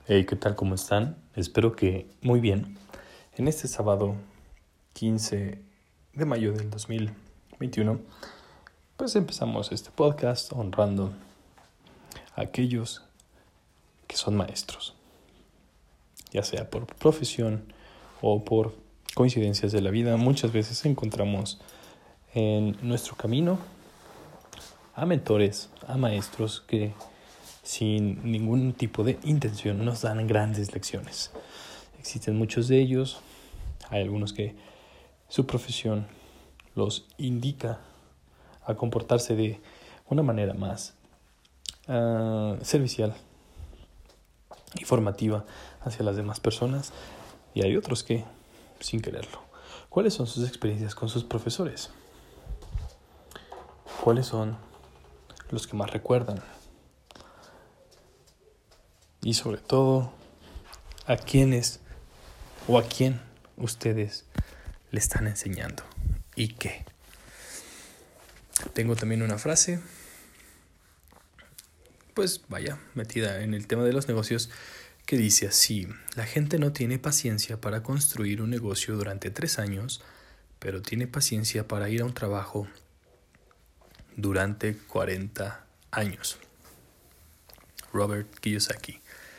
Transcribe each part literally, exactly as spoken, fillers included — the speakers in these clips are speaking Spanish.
Hey, ¿qué tal? ¿Cómo están? Espero que muy bien. En este sábado quince de mayo del dos mil veintiuno, pues empezamos este podcast honrando a aquellos que son maestros, ya sea por profesión o por coincidencias de la vida. Muchas veces encontramos en nuestro camino a mentores, a maestros que sin ningún tipo de intención nos dan grandes lecciones. Existen muchos de ellos. Hay algunos que su profesión los indica a comportarse de una manera más uh, servicial y formativa hacia las demás personas, y hay otros que sin quererlo. ¿Cuáles son sus experiencias con sus profesores? ¿Cuáles son los que más recuerdan? Y sobre todo, ¿a quiénes o a quién ustedes le están enseñando? ¿Y qué? Tengo también una frase, pues vaya, metida en el tema de los negocios, que dice así: la gente no tiene paciencia para construir un negocio durante tres años, pero tiene paciencia para ir a un trabajo durante cuarenta años. Robert Kiyosaki.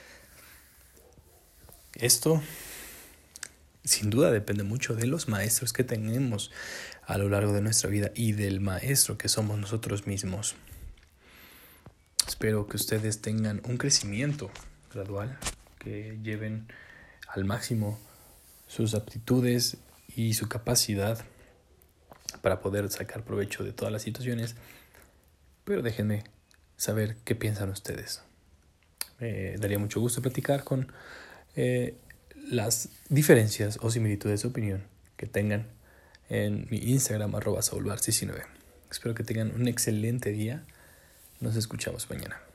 Esto sin duda depende mucho de los maestros que tenemos a lo largo de nuestra vida y del maestro que somos nosotros mismos. Espero que ustedes tengan un crecimiento gradual, que lleven al máximo sus aptitudes y su capacidad para poder sacar provecho de todas las situaciones. Pero déjenme saber qué piensan ustedes. Me daría mucho gusto platicar con eh, las diferencias o similitudes de opinión que tengan en mi Instagram, arroba saulbar diecinueve. Espero que tengan un excelente día. Nos escuchamos mañana.